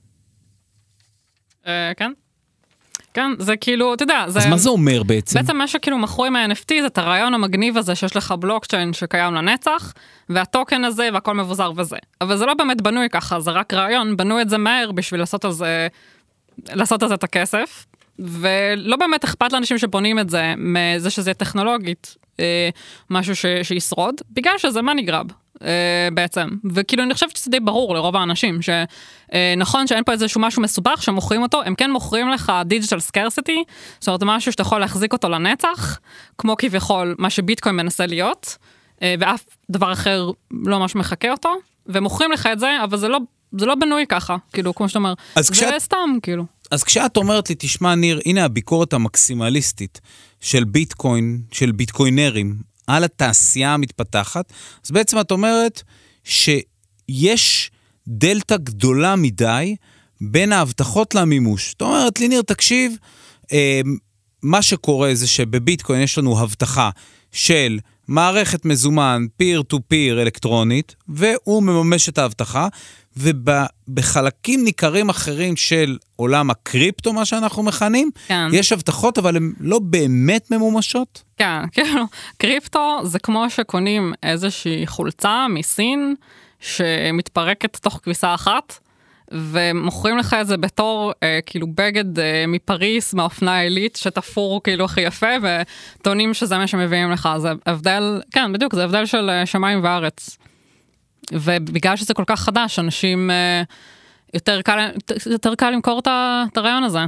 כן. כן, זה כאילו, אתה יודע, זה... אז מה זה אומר בעצם? בעצם מה שכאילו מכרו עם ה-אן אף טי, זה את הרעיון המגניב הזה, שיש לך בלוקצ'יין שקיים לנצח, והטוקן הזה, והכל מבוזר וזה. אבל זה לא באמת בנוי ככה, זה רק רעיון, בנו את זה מהר בשביל לעשות על זה, לעשות על זה את הכסף, ולא באמת אכפת לאנשים שבונים את זה, מזה שזה טכנולוגית, משהו ש- שישרוד, בגלל שזה money grab. בעצם, וכאילו אני חושבת שזה די ברור לרוב האנשים, שנכון שאין פה איזשהו משהו מסובך שמוכרים אותו, הם כן מוכרים לך digital scarcity, זאת אומרת משהו שאתה יכול להחזיק אותו לנצח, כמו כביכול מה שביטקוין מנסה להיות, ואף דבר אחר לא ממש מחכה אותו, ומוכרים לך את זה, אבל זה לא, זה לא בנוי ככה, כאילו, כמו שאתה אומר, זה כשאת, סתם, כאילו. אז כשאת אומרת לי, תשמע ניר, הנה הביקורת המקסימליסטית של ביטקוין, של ביטקוינרים, על התעשייה המתפתחת, אז בעצם את אומרת שיש דלטה גדולה מדי בין ההבטחות למימוש. זאת אומרת, ליניר, תקשיב, מה שקורה זה שבביטקוין יש לנו הבטחה של מערכת מזומן, פיר טו פיר אלקטרונית, והוא מממש את ההבטחה, ובחלקים ניכרים אחרים של עולם הקריפטו, מה שאנחנו מכנים, כן. יש הבטחות, אבל הן לא באמת ממומשות? כן, כאילו, קריפטו זה כמו שקונים איזושהי חולצה מסין, שמתפרקת תוך כביסה אחת, ומוכרים לך את זה בתור אה, כאילו בגד אה, מפריס, מהאופנה העילית, שתפור כאילו הכי יפה, וטוענים שזה מה שמביאים לך. זה הבדל, כן, בדיוק, זה הבדל של אה, שמיים וארץ. ובגלל שזה כל כך חדש, אנשים אה, יותר קל, יותר קל למכור את, את הרעיון הזה.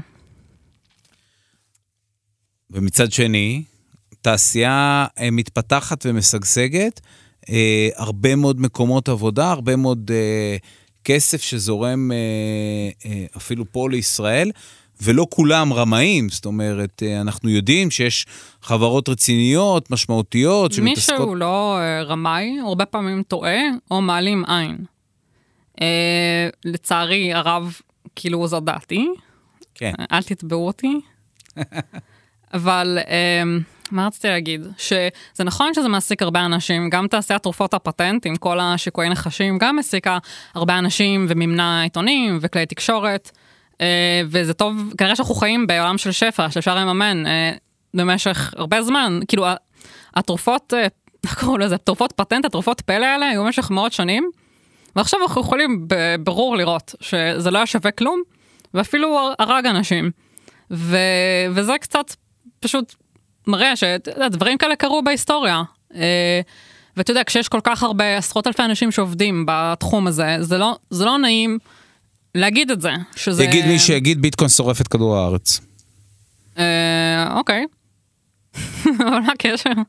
ומצד שני, תעשייה אה, מתפתחת ומשגשגת, אה, הרבה מאוד מקומות עבודה, הרבה מאוד... אה, כסף שזורם אפילו פה לישראל, ולא כולם רמאים, זאת אומרת, אנחנו יודעים שיש חברות רציניות, משמעותיות, שמתעסקות... מישהו לא רמאי, הרבה פעמים טועה, או מעלים עין. לצערי הרב, כאילו זו דעתי. כן. אל תתבעו אותי. אבל... מה רציתי להגיד? שזה נכון שזה מעסיק הרבה אנשים, גם תעשיית תרופות הפטנט, עם כל השיקויי נחשים, גם מעסיקה הרבה אנשים וממנה עיתונים וכלי תקשורת, וזה טוב, כנראה שאנחנו חיים בעולם של שפע, שאפשר לממן במשך הרבה זמן, כאילו התרופות, קראו לזה, תרופות פטנט, התרופות פלא האלה, היו במשך מאות שנים, ועכשיו אנחנו יכולים בברור לראות שזה לא שווה כלום, ואפילו הרג אנשים, ו... וזה קצת פשוט... מראה שדברים כאלה קרו בהיסטוריה, ואתה יודע, כשיש כל כך הרבה עשרות אלפי אנשים שעובדים בתחום הזה, זה לא, זה לא נעים להגיד את זה, שזה... יגיד מי שיגיד ביטקוין שורף את כדור הארץ. אוקיי. אבל מה הקשר? אני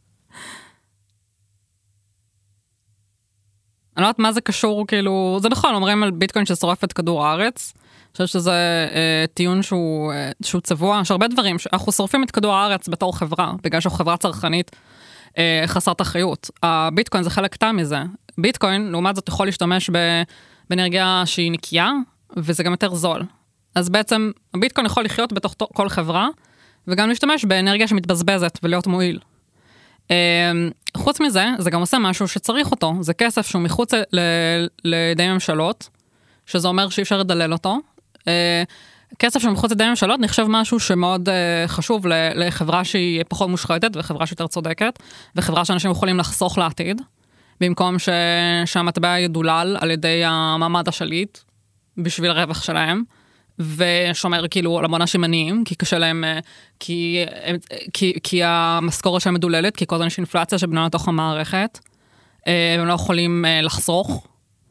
לא יודעת מה זה קשור, כאילו, זה נכון, אומרים על ביטקוין ששורף את כדור הארץ, אני חושבת שזה אה, טיעון שהוא, אה, שהוא צבוע, יש הרבה דברים, אנחנו שורפים את כדור הארץ בתור חברה, בגלל שהוא חברה צרכנית אה, חסרת אחריות. הביטקוין זה חלק קטן מזה. ביטקוין, לעומת זאת, יכול להשתמש ב, באנרגיה שהיא נקייה, וזה גם יותר זול. אז בעצם, הביטקוין יכול לחיות בתוך כל חברה, וגם להשתמש באנרגיה שמתבזבזת ולהיות מועיל. אה, חוץ מזה, זה גם עושה משהו שצריך אותו. זה כסף שהוא מחוץ ל, לידי ממשלות, שזה אומר שאי אפשר לדלל אותו. כסף שמחוץ לידי ממשלות נחשב משהו שמאוד uh, חשוב לחברה שהיא פחות מושחתת, וחברה שיותר צודקת, וחברה שאנשים יכולים לחסוך לעתיד, במקום ש... שהמטבע ידולל על ידי המעמד השליט, בשביל הרווח שלהם, ושומר כאילו על המון אנשים עניים, כי קשה להם, כי, כי, כי המשכורת שלהם מדוללת, כי כל הזמן יש אינפלציה שבנויה לתוך המערכת, הם לא יכולים לחסוך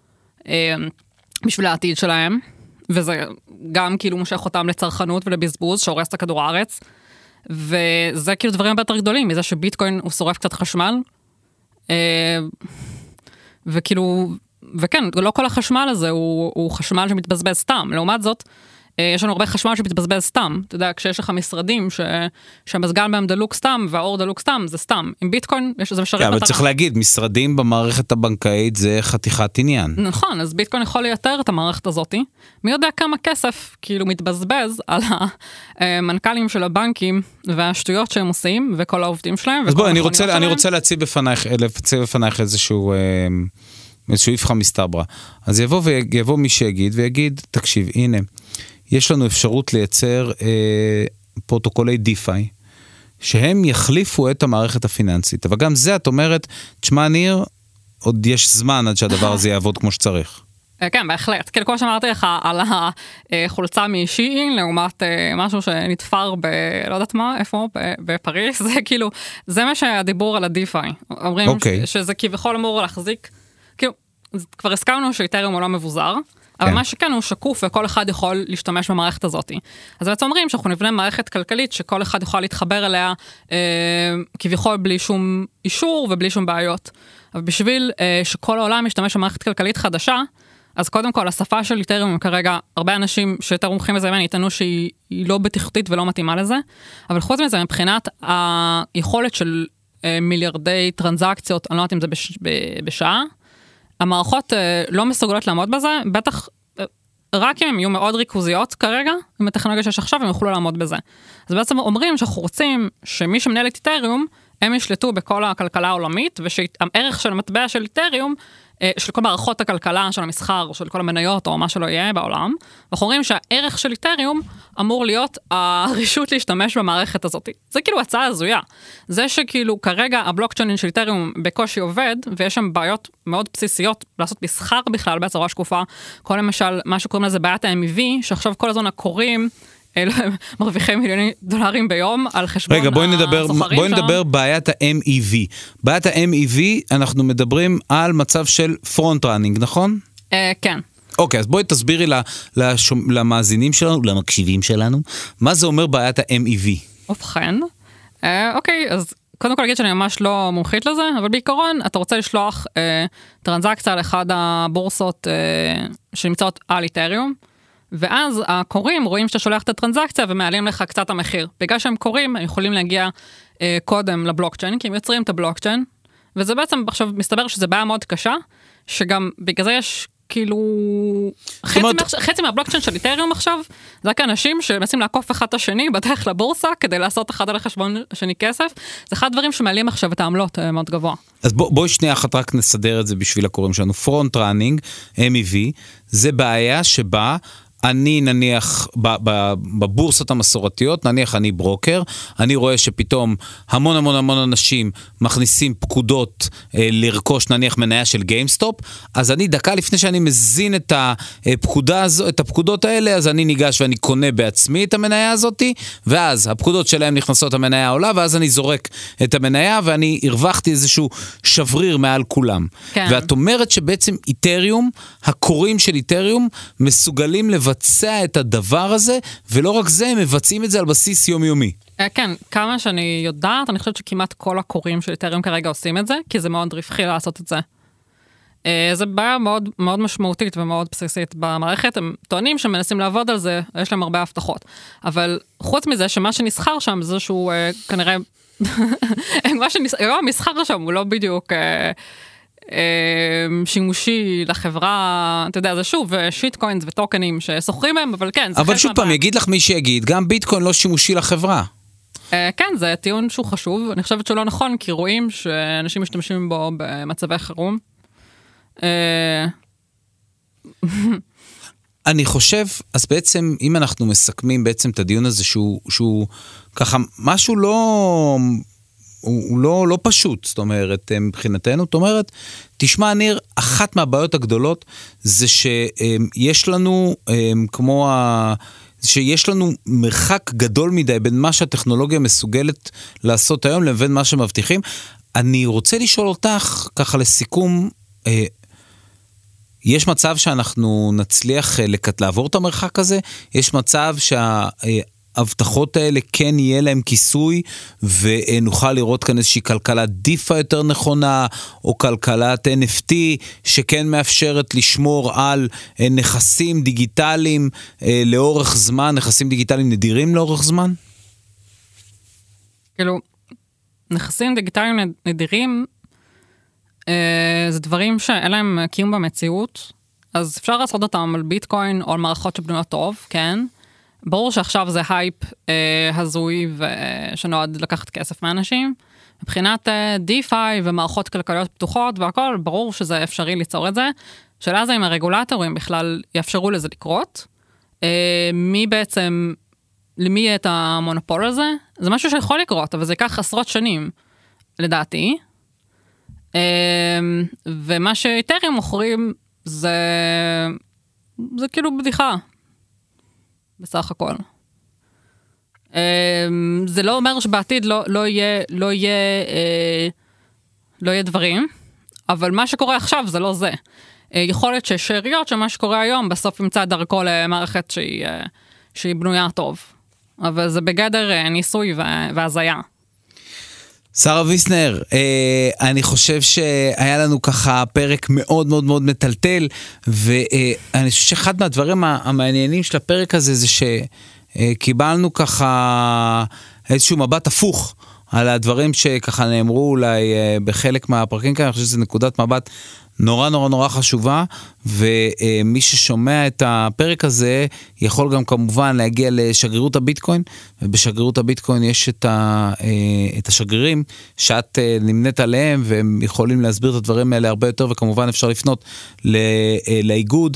בשביל העתיד שלהם, וזה גם כאילו מושך אותם לצרכנות ולבזבוז, שהורס את הכדור הארץ, וזה כאילו דברים הרבה יותר גדולים, מזה שביטקוין הוא שורף קצת חשמל, וכאילו, וכן, לא כל החשמל הזה הוא, הוא חשמל שמתבזבז סתם, לעומת זאת, יש לנו הרבה חשמל שמתבזבז סתם, אתה יודע, כשיש לך משרדים ש... שהמזגן בהם דלוק סתם, והאור דלוק סתם, זה סתם. עם ביטקוין, יש לזה משרת מטרה. אבל צריך להגיד, משרדים במערכת הבנקאית זה חתיכת עניין. נכון, אז ביטקוין יכול לייתר את המערכת הזאת. מי יודע כמה כסף כאילו מתבזבז על המנכ"לים של הבנקים, והשטויות שהם עושים, וכל העובדים שלהם. אז בואי, אני רוצה, אני רוצה להציב בפנייך, להציב בפנייך איזשהו... איזשהו איפכא מסתברא. אז יבוא ויבוא מי שיגיד, ויגיד, תקשיב, הנה, יש לנו אפשרות לייצר אה, פרוטוקולי דיפיי, שהם יחליפו את המערכת הפיננסית. אבל גם זה, את אומרת, תשמע ניר, עוד יש זמן עד שהדבר הזה יעבוד כמו שצריך. כן, בהחלט. כאילו, כמו שאמרתי לך על החולצה מאישי, לעומת משהו שנתפר ב... לא יודעת מה, איפה? בפריס, זה כאילו, זה מה שהדיבור על הדיפיי. אומרים okay. שזה כביכול אמור להחזיק, כאילו, כבר הסכמנו שאיתריום הוא לא מבוזר, אבל מה שכן הוא שקוף וכל אחד יכול להשתמש במערכת הזאת. אז בעצם אומרים שאנחנו נבנה מערכת כלכלית שכל אחד יכול להתחבר אליה אה, כביכול בלי שום אישור ובלי שום בעיות. אבל בשביל אה, שכל העולם ישתמש במערכת כלכלית חדשה, אז קודם כל השפה של איתריום כרגע, הרבה אנשים שיותר מומחים בזה ממני יטענו שהיא לא בטיחותית ולא מתאימה לזה, אבל חוץ מזה מבחינת היכולת של אה, מיליארדי טרנזקציות, אני לא יודעת אם זה בש, ב, בשעה, המערכות לא מסוגלות לעמוד בזה, בטח רק אם הן יהיו מאוד ריכוזיות כרגע, עם הטכנולוגיה שיש עכשיו, הם יוכלו לעמוד בזה. אז בעצם אומרים שאנחנו רוצים שמי שמנהל את איתריום, הם ישלטו בכל הכלכלה העולמית, ושהערך של המטבע של איתריום, של כל מערכות הכלכלה, של המסחר, של כל המניות, או מה שלא יהיה בעולם, ואנחנו אומרים שהערך של איתריום אמור להיות הרשות להשתמש במערכת הזאת. זה כאילו הצעה הזויה. זה שכאילו כרגע הבלוקצ'יין של איתריום בקושי עובד, ויש שם בעיות מאוד בסיסיות לעשות מסחר בכלל בצורה שקופה, כל למשל, מה שקוראים לזה בעיית ה-אם אי וי, שעכשיו כל הזמן הקוראים, מרוויחים מיליוני דולרים ביום על חשבון רגע, בואי נדבר, בואי נדבר בעיית ה-אם אי וי. בעיית ה-אם אי וי, אנחנו מדברים על מצב של פרונט ראנינג, נכון? כן. אוקיי, אז בואי תסבירי למאזינים שלנו, למקשיבים שלנו, מה זה אומר בעיית ה-אם אי וי? ובכן, אוקיי, אז קודם כל אגיד שאני ממש לא מומחית לזה, אבל בעיקרון אתה רוצה לשלוח טרנזקציה על אחד הבורסות שנמצאות על איתריום, ואז הקוראים רואים שאתה שולח את הטרנזקציה ומעלים לך קצת המחיר. בגלל שהם קוראים, הם יכולים להגיע אה, קודם לבלוקצ'יין, כי הם יוצרים את הבלוקצ'יין, וזה בעצם, עכשיו מסתבר שזה בעיה מאוד קשה, שגם בגלל זה יש כאילו... חצי, אומרת... מה, חצי מהבלוקצ'יין של איתריום עכשיו, זה רק אנשים שמנסים לעקוף אחד את השני בדרך לבורסה, כדי לעשות אחד על החשבון השני כסף. זה אחד הדברים שמעלים עכשיו את העמלות אה, מאוד גבוה. אז בוא, בואי שנייה אחת רק נסדר את זה בשביל הקוראים שלנו. פרונט ראנינג, אם אי וי, זה בעיה שבה אני נניח בבורסות המסורתיות, נניח אני ברוקר, אני רואה שפתאום המון המון המון אנשים מכניסים פקודות אה, לרכוש נניח מניה של גיימסטופ, אז אני דקה לפני שאני מזין את הפקודה הזו, את הפקודות האלה, אז אני ניגש ואני קונה בעצמי את המניה הזאת, ואז הפקודות שלהם נכנסות, המניה עולה, ואז אני זורק את המניה, ואני הרווחתי איזשהו שבריר מעל כולם. כן. ואת אומרת שבעצם איתריום, הקוראים של איתריום, מסוגלים לבצע לבצע את הדבר הזה, ולא רק זה, הם מבצעים את זה על בסיס יומיומי. כן, כמה שאני יודעת, אני חושבת שכמעט כל הקוראים של איתריום כרגע עושים את זה, כי זה מאוד רווחי לעשות את זה. זה בעיה מאוד, מאוד משמעותית ומאוד בסיסית במערכת, הם טוענים שהם מנסים לעבוד על זה, יש להם הרבה הבטחות. אבל חוץ מזה, שמה שנסחר שם, זה שהוא כנראה, מה שנסחר, המסחר שם הוא לא בדיוק... שימושי לחברה, אתה יודע, זה שוב, שיט קוינס וטוקנים שסוחרים מהם, אבל כן. אבל שוב פעם, יגיד לך מי שיגיד, גם ביטקוין לא שימושי לחברה. כן, זה טיעון שהוא חשוב, אני חושבת שהוא לא נכון, כי רואים שאנשים משתמשים בו במצבי חירום. אני חושב, אז בעצם, אם אנחנו מסכמים בעצם את הדיון הזה, שהוא, שהוא ככה, משהו לא, הוא, הוא לא, לא פשוט, זאת אומרת, מבחינתנו, זאת אומרת, תשמע, ניר, אחת מהבעיות הגדולות, זה שיש לנו, כמו ה... שיש לנו מרחק גדול מדי בין מה שהטכנולוגיה מסוגלת לעשות היום לבין מה שמבטיחים. אני רוצה לשאול אותך, ככה לסיכום, אה, יש מצב שאנחנו נצליח לעבור את המרחק הזה? יש מצב שההבטחות האלה כן יהיה להם כיסוי, ונוכל לראות כאן איזושהי כלכלת דיפה יותר נכונה, או כלכלת אן אף טי, שכן מאפשרת לשמור על נכסים דיגיטליים לאורך זמן, נכסים דיגיטליים נדירים לאורך זמן? כאילו, נכסים דיגיטליים נדירים, זה דברים שאין להם קיום במציאות, אז אפשר לעשות אותם על ביטקוין או על מערכות שבנויות טוב, כן? ברור שעכשיו זה הייפ אה, הזוי שנועד לקחת כסף מאנשים. מבחינת אה, דיפיי ומערכות כלכליות פתוחות והכל, ברור שזה אפשרי ליצור את זה. שאלה זה אם הרגולטורים בכלל יאפשרו לזה לקרות. אה, מי בעצם, למי יהיה את המונופול הזה? זה משהו שיכול לקרות, אבל זה ייקח עשרות שנים, לדעתי. ומה שאיתרים מוכרים זה זה כאילו בדיחה בסך הכל. זה לא אומר שבעתיד לא, לא יהיה לא יהיה לא יהיה דברים, אבל מה שקורה עכשיו זה לא זה. יכול להיות ששאריות שמה שקורה היום בסוף ימצא דרכו למערכת שהיא, שהיא בנויה טוב, אבל זה בגדר ניסוי והזיה. שרה ויסנר, אני חושב שהיה לנו ככה פרק מאוד מאוד מאוד מטלטל, ואני חושב שאחד מהדברים המעניינים של הפרק הזה, זה שקיבלנו ככה איזשהו מבט הפוך, על הדברים שככה נאמרו אולי בחלק מהפרקים כאן. אני חושב שזו נקודת מבט נורא נורא נורא חשובה, ומי ששומע את הפרק הזה יכול גם כמובן להגיע לשגרירות הביטקוין, ובשגרירות הביטקוין יש את, ה, את השגרירים שאת נמנית עליהם, והם יכולים להסביר את הדברים האלה הרבה יותר, וכמובן אפשר לפנות לאיגוד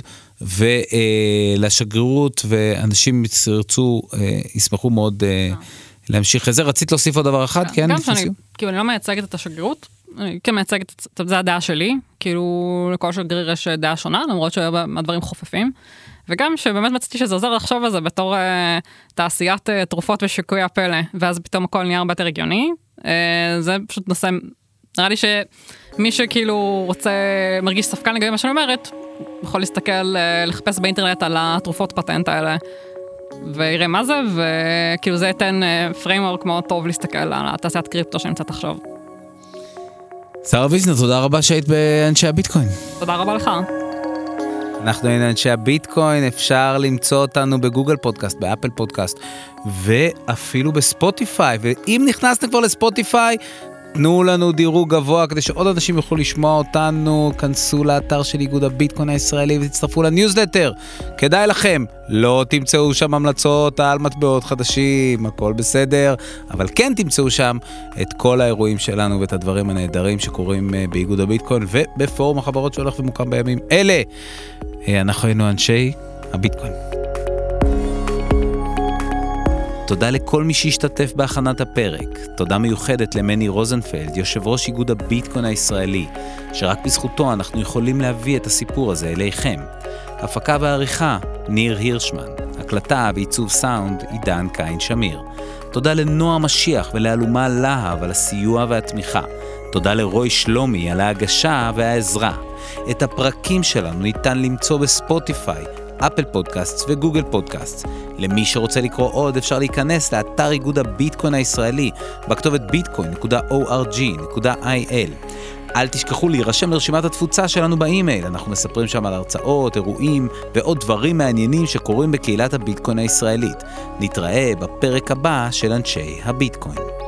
ולשגרירות, ואנשים ירצו, ישמחו מאוד להמשיך את זה. רצית להוסיף עוד דבר אחד? גם שאני, כאילו אני לא מייצגת את השגרירות, אני כן מייצגת, זה הדעה שלי, כאילו לכל שגריר יש דעה שונה, למרות שהדברים חופפים, וגם שבאמת מצאתי שזה עוזר לחשוב על זה בתור אה, תעשיית אה, תרופות ושיקוי הפלא, ואז פתאום הכל נהיה הרבה יותר הגיוני. אה, זה פשוט נושא, נראה לי שמי שכאילו רוצה, מרגיש ספקן לגבי מה שאני אומרת, יכול להסתכל, אה, לחפש באינטרנט על התרופות פטנט האלה, ויראה מה זה, וכאילו זה ייתן פריימוורק מאוד טוב להסתכל על התעשיית קריפטו שנמצאת עכשיו. שרה ויסנר, תודה רבה שהיית באנשי הביטקוין. תודה רבה לך. אנחנו היינו אנשי הביטקוין, אפשר למצוא אותנו בגוגל פודקאסט, באפל פודקאסט, ואפילו בספוטיפיי, ואם נכנסתם כבר לספוטיפיי, תנו לנו דירוג גבוה, כדי שעוד אנשים יוכלו לשמוע אותנו, כנסו לאתר של איגוד הביטקוין הישראלי, ותצטרפו לניוזלטר, כדאי לכם, לא תמצאו שם המלצות על מטבעות חדשים, הכל בסדר, אבל כן תמצאו שם את כל האירועים שלנו, ואת הדברים הנהדרים שקורים באיגוד הביטקוין, ובפורום החברות שהולך ומוקם בימים אלה. אנחנו היינו אנשי הביטקוין. תודה לכל מי שהשתתף בהכנת הפרק. תודה מיוחדת למני רוזנפלד, יושב ראש איגוד הביטקוין הישראלי, שרק בזכותו אנחנו יכולים להביא את הסיפור הזה אליכם. הפקה ועריכה, ניר הירשמן. הקלטה ועיצוב סאונד, עידן קין שמיר. תודה לנועה משיח ולאלומה להב על הסיוע והתמיכה. תודה לרוי שלומי על ההגשה והעזרה. את הפרקים שלנו ניתן למצוא בספוטיפיי, אפל פודקאסט וגוגל פודקאסט. למי שרוצה לקרוא עוד, אפשר להיכנס לאתר איגוד הביטקוין הישראלי, בכתובת ביטקוין נקודה או אר ג'י נקודה איי אל. אל תשכחו להירשם לרשימת התפוצה שלנו באימייל, אנחנו מספרים שם על הרצאות, אירועים ועוד דברים מעניינים שקורים בקהילת הביטקוין הישראלית. נתראה בפרק הבא של אנשי הביטקוין.